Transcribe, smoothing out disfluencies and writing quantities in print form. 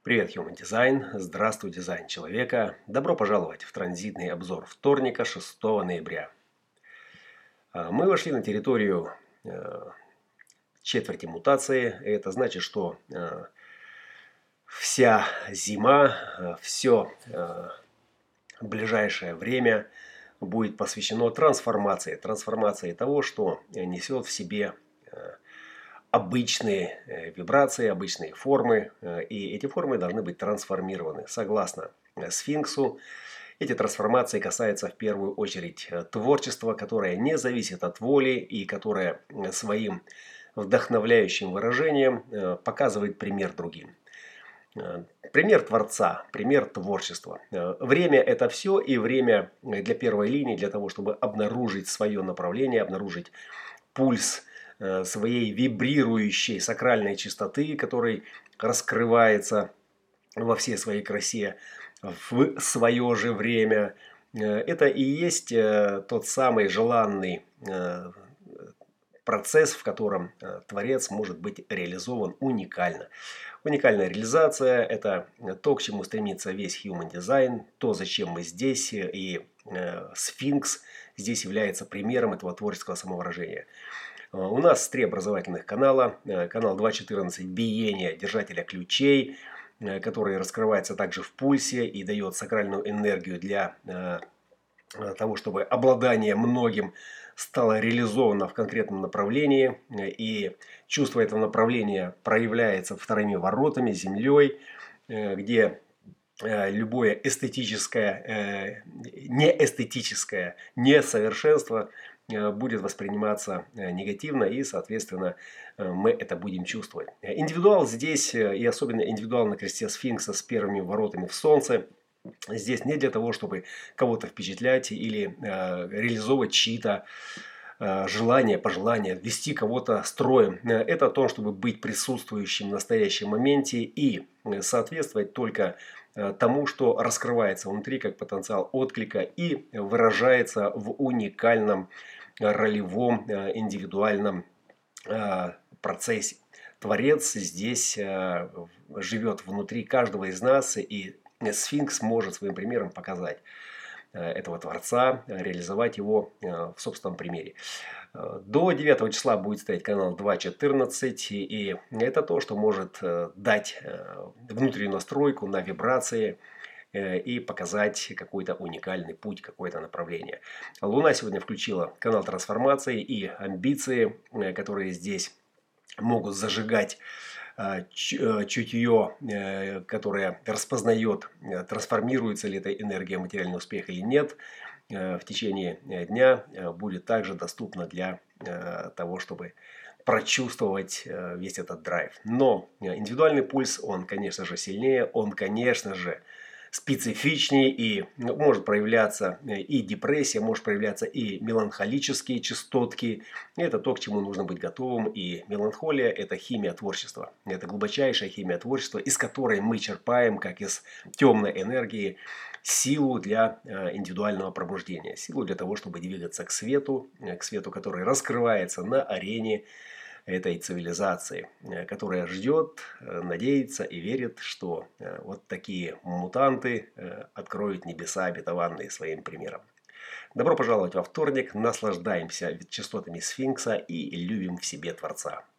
Привет, Human Design! Здравствуй, дизайн человека! Добро пожаловать в транзитный обзор вторника, 6 ноября. Мы вошли на территорию четверти мутации. Это значит, что вся зима, все ближайшее время будет посвящено трансформации. Трансформации того, что несет в себе обычные вибрации, обычные формы, и эти формы должны быть трансформированы. Согласно сфинксу, эти трансформации касаются в первую очередь творчества, которое не зависит от воли и которое своим вдохновляющим выражением показывает пример другим. Пример творца, пример творчества. Время – это все, и время для первой линии, для того, чтобы обнаружить свое направление, обнаружить пульс своей вибрирующей сакральной чистоты, который раскрывается во всей своей красе в свое же время. Это и есть тот самый желанный процесс, в котором Творец может быть реализован уникально. Уникальная реализация – это то, к чему стремится весь Human Design, то, зачем мы здесь, и сфинкс здесь является примером этого творческого самовыражения. У нас 3 образовательных канала. Канал 2.14 «Биение держателя ключей», который раскрывается также в пульсе и дает сакральную энергию для того, чтобы обладание многим стало реализовано в конкретном направлении. И чувство этого направления проявляется вторыми воротами, землей, где любое эстетическое, неэстетическое несовершенство будет восприниматься негативно, и, соответственно, мы это будем чувствовать. Индивидуал здесь, и особенно индивидуал на кресте сфинкса с первыми воротами в солнце, здесь не для того, чтобы кого-то впечатлять или реализовывать чьи-то желания, пожелания, вести кого-то строем. Это о том, чтобы быть присутствующим в настоящем моменте и соответствовать только тому, что раскрывается внутри как потенциал отклика и выражается в уникальном ролевом индивидуальном процессе. Творец здесь живет внутри каждого из нас, и сфинкс может своим примером показать этого Творца, реализовать его в собственном примере. До 9 числа будет стоять канал 2.14, и это то, что может дать внутреннюю настройку на вибрации и показать какой-то уникальный путь, какое-то направление. Луна сегодня включила канал трансформации, и амбиции, которые здесь могут зажигать чутье, которое распознает, трансформируется ли эта энергия в материальный успех или нет, в течение дня будет также доступно для того, чтобы прочувствовать весь этот драйв. Но индивидуальный пульс, он, конечно же, сильнее, он, конечно же, специфичнее, и может проявляться и депрессия, может проявляться и меланхолические частотки. Это то, к чему нужно быть готовым. И меланхолия – это химия творчества. Это глубочайшая химия творчества, из которой мы черпаем, как из темной энергии, силу для индивидуального пробуждения. Силу для того, чтобы двигаться к свету, который раскрывается на арене этой цивилизации, которая ждет, надеется и верит, что вот такие мутанты откроют небеса обетованные своим примером. Добро пожаловать во вторник, наслаждаемся частотами сфинкса и любим в себе Творца.